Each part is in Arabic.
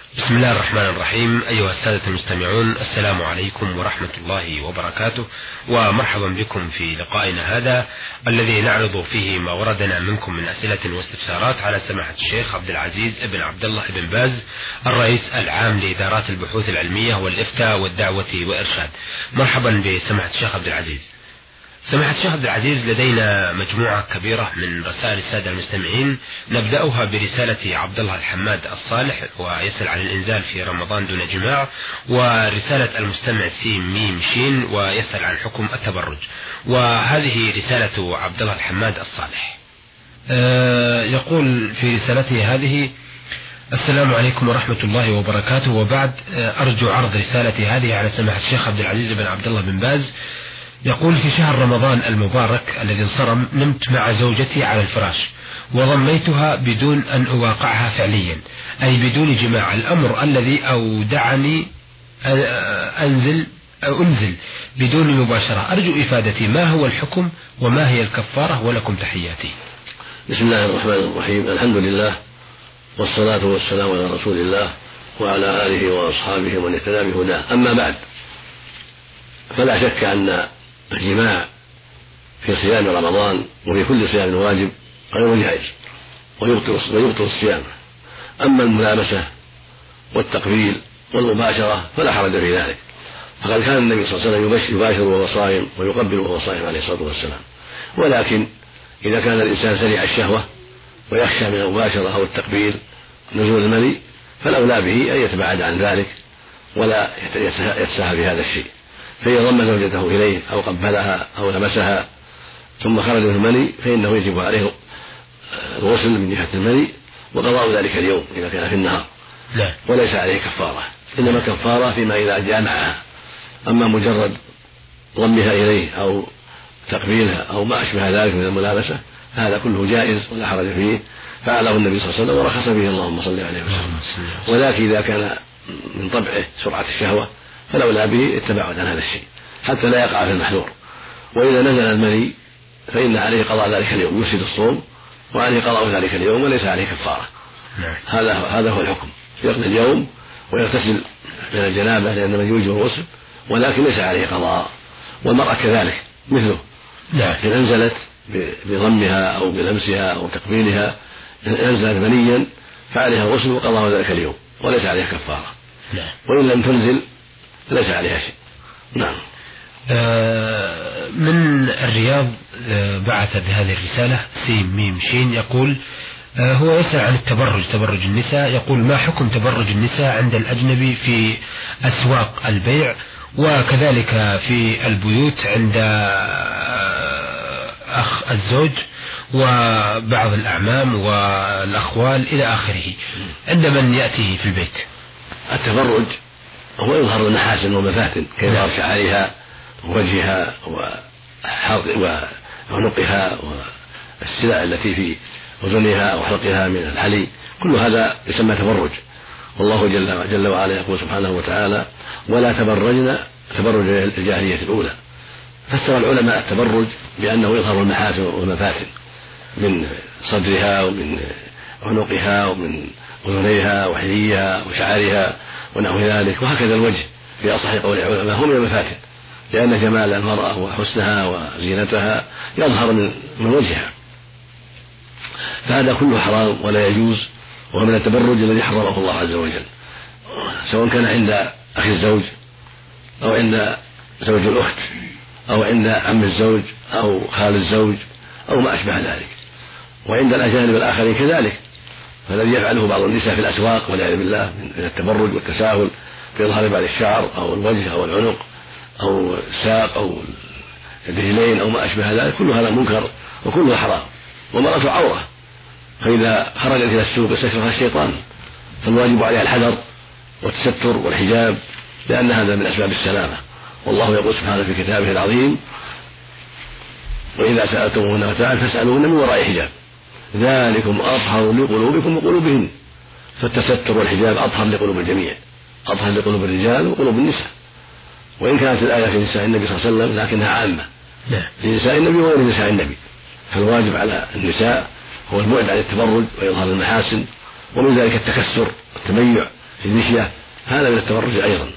بسم الله الرحمن الرحيم. أيها السادة المستمعون، السلام عليكم ورحمة الله وبركاته، ومرحبا بكم في لقائنا هذا الذي نعرض فيه ما وردنا منكم من أسئلة واستفسارات على سماحة الشيخ عبد العزيز بن عبد الله بن باز، الرئيس العام لإدارات البحوث العلمية والإفتاء والدعوة وإرشاد. مرحبا بسماحة الشيخ عبد العزيز. سماحة الشيخ عبد العزيز، لدينا مجموعة كبيرة من رسائل السادة المستمعين، نبدأها برسالة عبد الله الحماد الصالح ويسأل عن الإنزال في رمضان دون جماع، ورسالة المستمع سين ميم شين ويسأل عن حكم التبرج. وهذه رسالة عبد الله الحماد الصالح. يقول في رسالته هذه: السلام عليكم ورحمة الله وبركاته، وبعد أرجو عرض رسالتي هذه على سماحة الشيخ عبد العزيز بن عبد الله بن باز. يقول: في شهر رمضان المبارك الذي انصرم نمت مع زوجتي على الفراش وضميتها بدون أن أواقعها فعليا، أي بدون جماع، الأمر الذي أودعني أنزل بدون مباشرة. أرجو إفادتي ما هو الحكم وما هي الكفارة، ولكم تحياتي. بسم الله الرحمن الرحيم. الحمد لله والصلاة والسلام على رسول الله وعلى آله وأصحابه ومن اهتدى بهداه. أما بعد، فلا شك أن الجماع في صيام رمضان وفي كل صيام واجب غير جائز ويبطل الصيام. أما الملامسة والتقبيل والمباشرة فلا حرج في ذلك، فقد كان النبي صلى الله عليه وسلم يباشر وهو صائم ويقبل وهو صائم عليه الصلاة والسلام. ولكن إذا كان الإنسان سريع الشهوة ويخشى من المباشرة أو التقبيل نزول المني، فالأولى به أن يتباعد عن ذلك ولا يتساهل بهذا الشيء. فإذا ضم زوجته إليه أو قبلها أو لمسها ثم خرج من المني فإنه يجب عليه الغسل من جهة المني وقضاء ذلك اليوم إذا كان في النهار، وليس عليه كفارة، إنما كفارة فيما إذا جامعها. أما مجرد ضمها إليه أو تقبيلها أو ما أشبه ذلك من الملامسة هذا كله جائز ولا حرج فيه، فعله النبي صلى الله عليه وسلم ورخص فيه، اللهم صل عليه وسلم. ولكن إذا كان من طبعه سرعة الشهوة فلولا به التباعد عن هذا الشيء حتى لا يقع في المحذور. وإذا نزل المني فإن عليه قضاء ذلك اليوم، يفسد الصوم وعليه قضاء ذلك اليوم وليس عليه كفارة. هذا هو الحكم، يقضي اليوم ويغتسل من الجنابة لأن من يوجب الغسل، ولكن ليس عليه قضاء. والمرأة كذلك مثله، إن أنزلت بضمها أو بلمسها أو تقبيلها أنزلت منيا فعليها الغسل وقضاء ذلك اليوم وليس عليها كفارة. وإن لم تنزل ليس عليها شيء. نعم. من الرياض بعث بهذه الرسالة سين ميم شين، يقول: هو يسأل عن تبرج النساء. يقول: ما حكم تبرج النساء عند الأجنبي في أسواق البيع، وكذلك في البيوت عند أخ الزوج وبعض الأعمام والأخوال إلى آخره عند من يأتي في البيت؟ التبرج هو يظهر المحاسن والمفاتن كإظهار شعرها ووجهها وعنقها والسلع التي في أذنها وحلقها من الحلي، كل هذا يسمى تبرج. والله جل وعلا يقول سبحانه وتعالى: ولا تبرجن تبرج الجاهلية الأولى. فسر العلماء التبرج بأنه يظهر المحاسن والمفاتن من صدرها ومن عنقها ومن أذنيها وحليها وشعرها ونحو ذلك، وهكذا الوجه في أصح قول العلماء هو من المفاتن، لأن جمال المرأة وحسنها وزينتها يظهر من وجهها، فهذا كله حرام ولا يجوز، وهو من التبرج الذي حرمه الله عز وجل، سواء كان عند أخي الزوج أو عند زوج الأخت أو عند عم الزوج أو خال الزوج أو ما أشبه ذلك. وعند الأجانب الآخرين كذلك، فالذي يفعله بعض النساء في الأسواق والعياذ بالله من التبرج والتساهل في إظهار بعض الشعر أو الوجه أو العنق أو الساق أو الرجلين أو ما أشبه ذلك، كل هذا منكر وكله حرام. والمرأة عورة، فإذا خرجت إلى السوق استشرفها الشيطان، فالواجب عليها الحذر والتستر والحجاب، لأن هذا من أسباب السلامة. والله يقول سبحانه في كتابه العظيم: وإذا سألتموهن متاعا فاسألوهن من وراء حجاب ذلكم أطهر لقلوبكم وقلوبهن. فالتستر والحجاب أطهر لقلوب الجميع، أطهر لقلوب الرجال وقلوب النساء. وإن كانت الآية في نساء النبي صلى الله عليه وسلم لكنها عامة لنساء النبي وغير نساء النبي، فالواجب على النساء هو البعد عن التبرج وإظهار المحاسن، ومن ذلك التكسر والتميع في المشية، هذا من التبرج أيضا.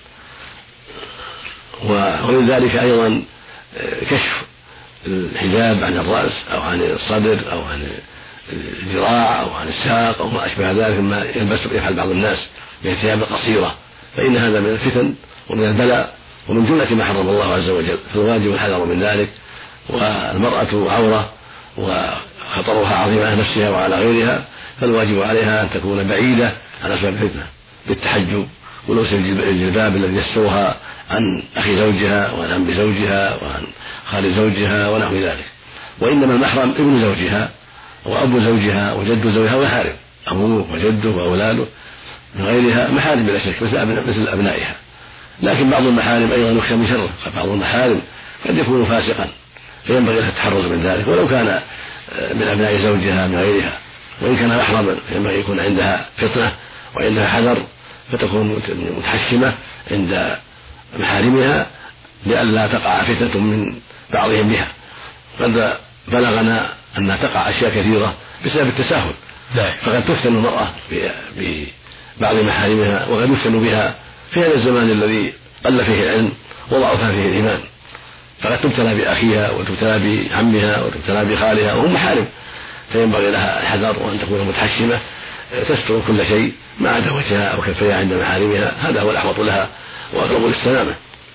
ومن ذلك أيضا كشف الحجاب عن الرأس أو عن الصدر أو عن الذراع أو عن الساق أو ما أشبه ذلك مما يفعل بعض الناس من الثياب القصيرة، فإن هذا من الفتن ومن البلاء ومن جملة ما حرم الله عز وجل، فالواجب الحذر من ذلك. والمرأة عورة وخطرها عظيم على نفسها وعلى غيرها، فالواجب عليها أن تكون بعيدة عن أسباب الفتنة بالتحجب ولبس الجلباب الذي يسترها عن أخي زوجها وعن عم زوجها وعن خال زوجها ونحو ذلك. وإنما المحرم ابن زوجها وأبو زوجها وجد زوجها وحارم، أبوه وجده وأولاده من غيرها محارم بلا شك مثل أبنائها. لكن بعض المحارم أيضا يخشى من شره، بعض المحارم قد يكون فاسقا فينبغي لها التحرز من ذلك ولو كان من أبناء زوجها من غيرها، وإن كان محرما فينبغي يكون عندها فطنة وعندها حذر فتكون متحشمة عند محارمها لئلا تقع فتنة من بعضهم بها. قد بلغنا أنها تقع أشياء كثيرة بسبب التساهل، فقد تفتن المرأة ببعض محارمها وقد يفتن بها في هذا الزمان الذي قل فيه العلم وضعف فيه الإيمان، فقد تبتلى بأخيها وتبتلى بعمها وتبتلى بخالها وهم محارم، فينبغي لها الحذر وأن تكون متحشمة تستر كل شيء ما عدا وجهها أو كفيها عند محارمها، هذا هو الأحوط لها وأقرب للسلامة.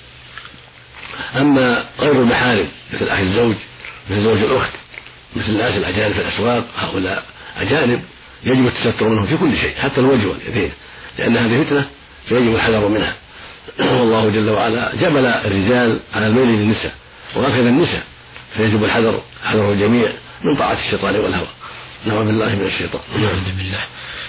أما غير المحارم مثل أخي الزوج مثل زوج الأخت مثل الناس الأجانب في الأسواق، هؤلاء أجانب يجب التستر منهم في كل شيء حتى الوجه واليدين، لأن هذه فتنة فيجب الحذر منها. والله جل وعلا جبل الرجال على الميل للنساء وهكذا النساء، فيجب الحذر حذر الجميع من طاعة الشيطان والهوى. نعوذ بالله من الشيطان. نعوذ بالله.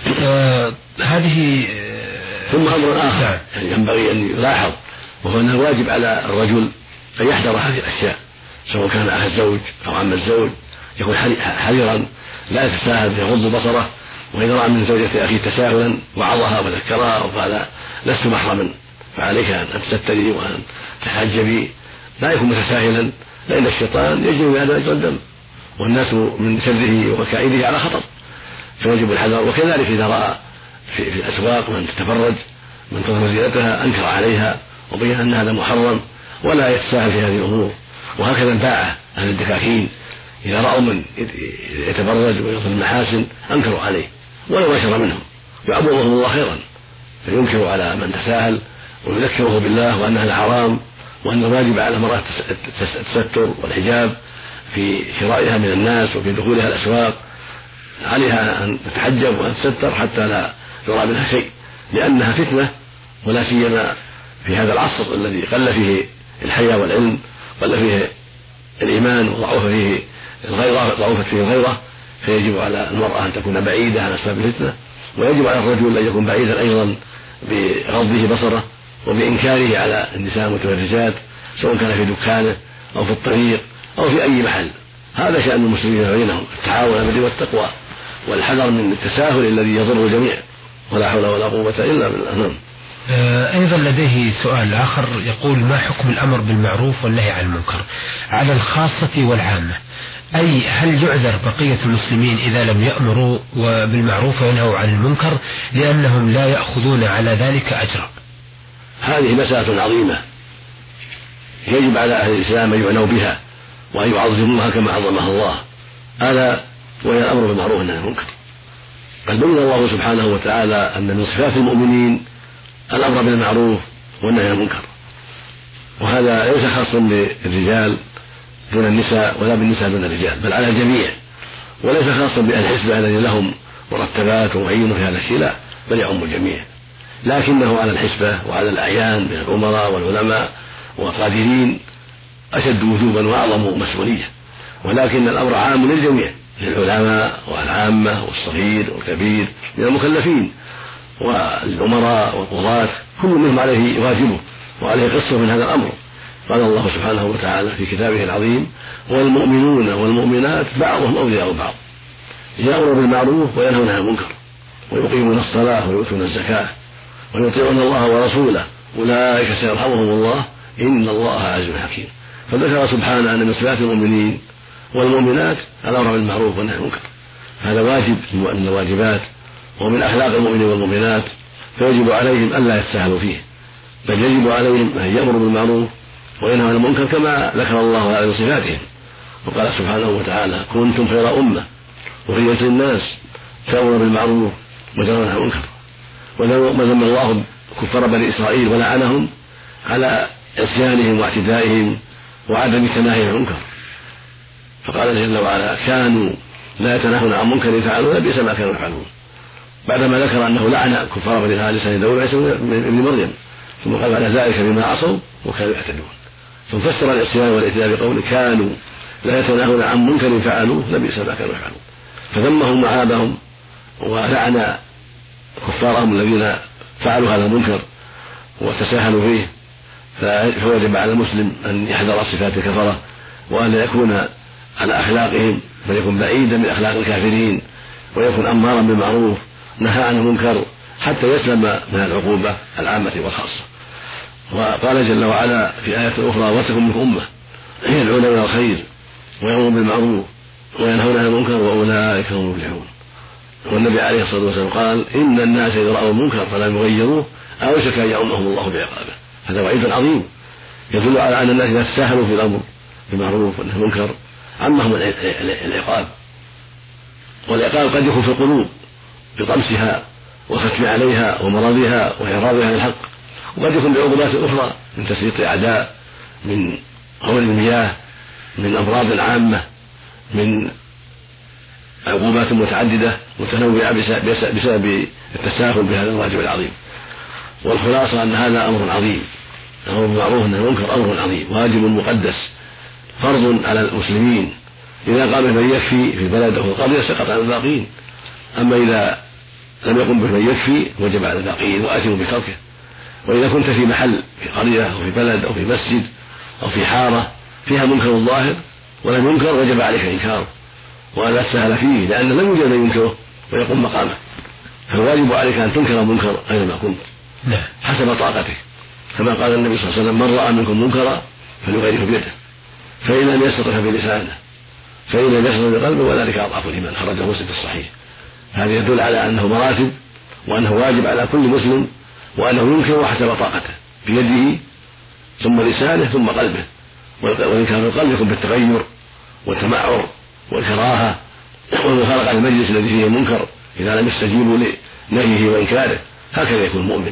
هذه ثم أمر آخر يعني ينبغي أن يلاحظ، وهو أن الواجب على الرجل أن يحذر هذه الأشياء، سواء كان أخ الزوج أو عم الزوج يكون حذرا لا يتساهل يغض بصره، وإذا رأى من زوجة أخيه تساهلا وعظها وذكرها وقال لست محرما فعليك أن تستتري وأن تحجبي، لا يكون متساهلا لأن الشيطان يجري هذا مجرى الدم والناس من شره وكائده على خطر، فيجب الحذر. وكذلك إذا رأى في الأسواق من تتفرج من تظهر زينتها أنكر عليها وبين أن هذا محرم ولا يتساهل في هذه الأمور. وهكذا الباعة أهل الدكاكين إذا رأوا من يتبرج ويظهر المحاسن أنكروا عليه ولو بشر منهم يعبدهم الله خيرا، فينكر على من تساهل ويذكره بالله وأن هذا حرام، وأن الواجب على المرأة التستر والحجاب في شرائها من الناس وفي دخولها الأسواق، عليها أن تتحجب وأن تستر حتى لا يرى منها شيء، لأنها فتنة، ولا سيما في هذا العصر الذي قل فيه الحياء والعلم، قل فيه الإيمان وضعف فيه الغيرة، ضعفت فيه الغيرة، فيجب على المرأة أن تكون بعيدة عن أسباب الفتنة، ويجب على الرجل أن يكون بعيدا أيضا بغضه بصره وبإنكاره على النساء المتبرجات سواء كان في دكانه أو في الطريق أو في أي محل. هذا شأن المسلمين بينهم، التعاون على البر والتقوى والحذر من التساهل الذي يضر الجميع، ولا حول ولا قوة إلا بالله. أيضا لديه سؤال آخر يقول: ما حكم الأمر بالمعروف والنهي عن المنكر على الخاصة والعامة؟ أي هل يعذر بقية المسلمين إذا لم يأمروا بالمعروف وينهوا عن المنكر لأنهم لا يأخذون على ذلك أجرا؟ هذه مسألة عظيمة يجب على أهل الإسلام أن يعنوا بها وأن يعظموها كما عظمها الله، ألا وهي الأمر بالمعروف والنهي عن المنكر. قد بين الله سبحانه وتعالى أن من صفات المؤمنين الأمر بالمعروف والنهي عن المنكر، وهذا ليس خاصا بالرجال دون النساء ولا بالنساء دون الرجال، بل على الجميع، وليس خاصا بأهل الحسبة الذين لهم مرتبات ومعين في هذا الشيء، لا، بل يعم الجميع، لكنه على الحسبة وعلى الأعيان من الأمراء والعلماء والقادرين أشد وجوبا وأعظم مسؤولية، ولكن الأمر عام للجميع، للعلماء والعامة والصغير والكبير من المكلفين والأمراء والقضاة، كل منهم عليه واجبه وعليه قصة من هذا الأمر. قال الله سبحانه وتعالى في كتابه العظيم: والمؤمنون والمؤمنات بعضهم أولياء بعض يأمرون بالمعروف وينهون عن المنكر ويقيمون الصلاة ويؤتون الزكاة ويطيعون الله ورسوله أولئك سيرحمهم الله إن الله عزيز حكيم. فذكر سبحانه أن من صفات المؤمنين والمؤمنات الأمر بالمعروف والنهي عن المنكر، هذا واجب من الواجبات ومن أخلاق المؤمنين والمؤمنات فيجب عليهم ألا يتساهلوا فيه، بل يجب عليهم أن يأمروا بالمعروف وينهوا عن المنكر كما ذكر الله على صفاتهم. وقال سبحانه وتعالى: كنتم خير أمة أخرجت للناس تأمرون بالمعروف وتنهون عن المنكر. وذم الله كفار بني إسرائيل ولعنهم على عصيانهم واعتدائهم وعدم تناهي عن المنكر، فقال جل وعلا: كانوا لا يتناهون عن منكر يفعلون لبئس ما كانوا يفعلون، بعدما ذكر أنه لعن كفار بني إسرائيل لسان داود وعيسى ابن مريم، ثم قال بعد ذلك بما عصوا وكانوا يعتدون، ثم فسر العصيان والاعتداء بقوله: كانوا لا يتناهون عن منكر يفعلون لبئس ما كانوا يفعلون، فذمهم وعابهم ولعن كفارهم الذين فعلوا هذا المنكر وتساهلوا فيه. فوجب على المسلم أن يحذر صفات الكفرة وأن لا يكون على أخلاقهم، بل يكون بعيدا من أخلاق الكافرين، ويكون أمارا بالمعروف نهى عن المنكر حتى يسلم من العقوبة العامة والخاصة. وقال جل وعلا في آية أخرى: وتكن منكم أمة يدعون إلى الخير ويأمرون بالمعروف وينهون عن المنكر وأولئك هم المفلحون. والنبي عليه الصلاة والسلام قال: إن الناس إذا رأوا المنكر فلم يغيروه أوشك أن يعمهم الله بعقابه. هذا وعيد عظيم يدل على أن الناس إذا تساهلوا في الأمر بالمعروف والنهي عن المنكر عمهم العقاب، والعقاب قد يكون في القلوب بطمسها والختم عليها ومرضها وإعراضها عن الحق، وقد يكون بعقوبات أخرى من تسليط أعداء، من هول المياه، من أمراض عامة، من عقوبات متعددة متنوعة بسبب التساهل بهذا الواجب العظيم. والخلاصة أن هذا أمر عظيم، الأمر بالمعروف والنهي عن المنكر أمر عظيم واجب مقدس فرض على المسلمين، إذا قام به من يكفي في البلد أو في القرية سقط عن الباقين، أما إذا لم يقم به من يكفي وجب على الباقين وآثموا بتركه. وإذا كنت في محل في قرية أو في بلد أو في مسجد أو في حارة فيها منكر ظاهر ولم ينكر وجب عليك إنكاره ولا تسهل فيه، لأن لم يوجد من ينكره ويقوم مقامه، فالواجب عليك أن تنكر المنكر أينما كنت حسب طاقتك، كما قال النبي صلى الله عليه وسلم: من رأى منكم منكرا فليغيره بيده، فإن لم يستطع فبلسانه، فإن لم يستطع بقلبه وذلك أضعف الإيمان. خرجه مسلم في الصحيح. هذا يدل على أنه مراتب، وأنه واجب على كل مسلم، وأنه ينكر حسب طاقته بيده ثم لسانه ثم قلبه. وإنكار القلب يكون بالتغير والتمعر والكراهة والمفارقة عن المجلس الذي فيه المنكر إذا لم يستجيبوا لنهيه وإنكاره، هكذا يكون المؤمن.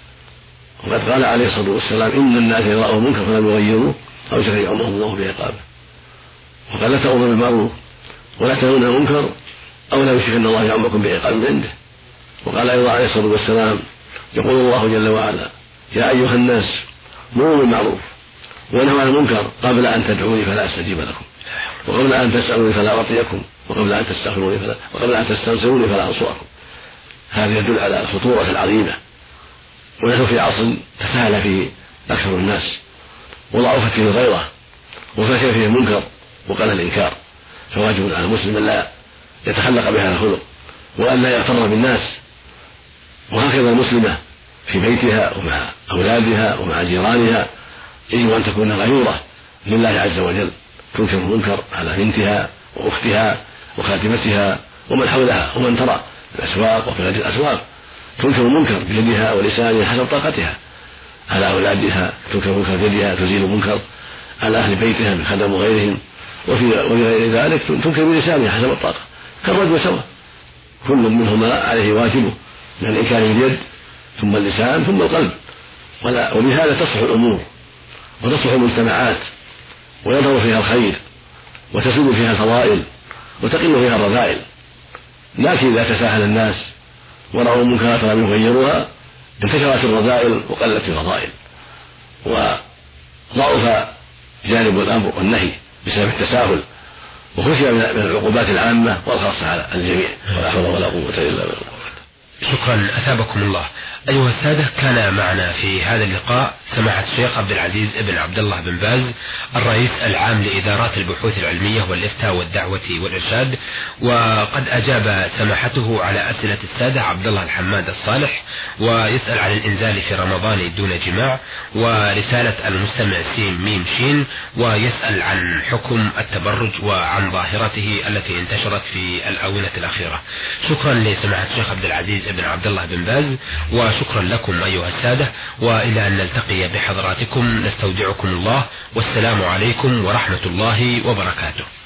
وقد قال عليه الصلاة والسلام: إن الناس إذا رأوا منكر فلم يغيروه أوشك أن يعمهم الله بعقابه. وقال: لا تأمروا بالمعروف ولا تنهون عن المنكر أو لا يشرك أن الله يعمكم بعقاب من عنده. وقال أيضا عليه الصلاة والسلام: يقول الله جل وعلا: يا أيها الناس مروا بالمعروف ونهوا عن المنكر قبل أن تدعوني فلا أستجيب لكم، وقبل أن تسألوني فلا أعطيكم، وقبل أن تستغفروني وقبل أن تستنصروني فلا أنصركم. هذا يدل على الخطورة العظيمة، ونحن في عصر تساهل فيه أكثر الناس وضعفت فيه الغيرة وفشل فيه المنكر وقل الإنكار، فواجب على المسلم أن لا يتخلق بهذا الخلق وأن لا يغتر بالناس. وهكذا المسلمة في بيتها ومع أولادها ومع جيرانها يجب أن تكون غيورة لله عز وجل، تنكر المنكر على بنتها وأختها وخادمتها ومن حولها ومن ترى في الأسواق وفي غير الأسواق، تنكر المنكر بيدها ولسانها حسب طاقتها، على أولادها تنكر المنكر بيدها تزيل المنكر، على أهل بيتها من خدم وغيرهم، وفي غير ذلك تنكر بلسانها حسب الطاقة، كالرجل سواء، كل منهما عليه واجبه من الإنكار باليد ثم اللسان ثم القلب. وبهذا تصلح الأمور وتصلح المجتمعات ويظهر فيها الخير وتسود فيها الفضائل وتقل فيها الرذائل. لكن إذا تساهل الناس ورأوا المنكرات لم يغيروها انتشرت الرذائل وقلت الفضائل وضعف جانب الأمر والنهي بسبب التساهل، وخشي من العقوبات العامة والخاصة على الجميع، ولا حول ولا قوة إلا بالله. شكرا أثابكم الله. أيها السادة، كان معنا في هذا اللقاء سماحة الشيخ عبد العزيز ابن عبد الله بن باز، الرئيس العام لإدارات البحوث العلمية والإفتاء والدعوة والإرشاد، وقد أجاب سماحته على أسئلة السادة عبد الله الحماد الصالح، ويسأل عن الإنزال في رمضان دون جماع، ورسالة المستمع سين ميم شين، ويسأل عن حكم التبرج وعن ظاهرته التي انتشرت في الآونة الأخيرة. شكرا لسماحة الشيخ عبد العزيز ابن عبد الله بن باز. وشكرا لكم أيها السادة، وإلى أن نلتقي بحضراتكم نستودعكم الله، والسلام عليكم ورحمة الله وبركاته.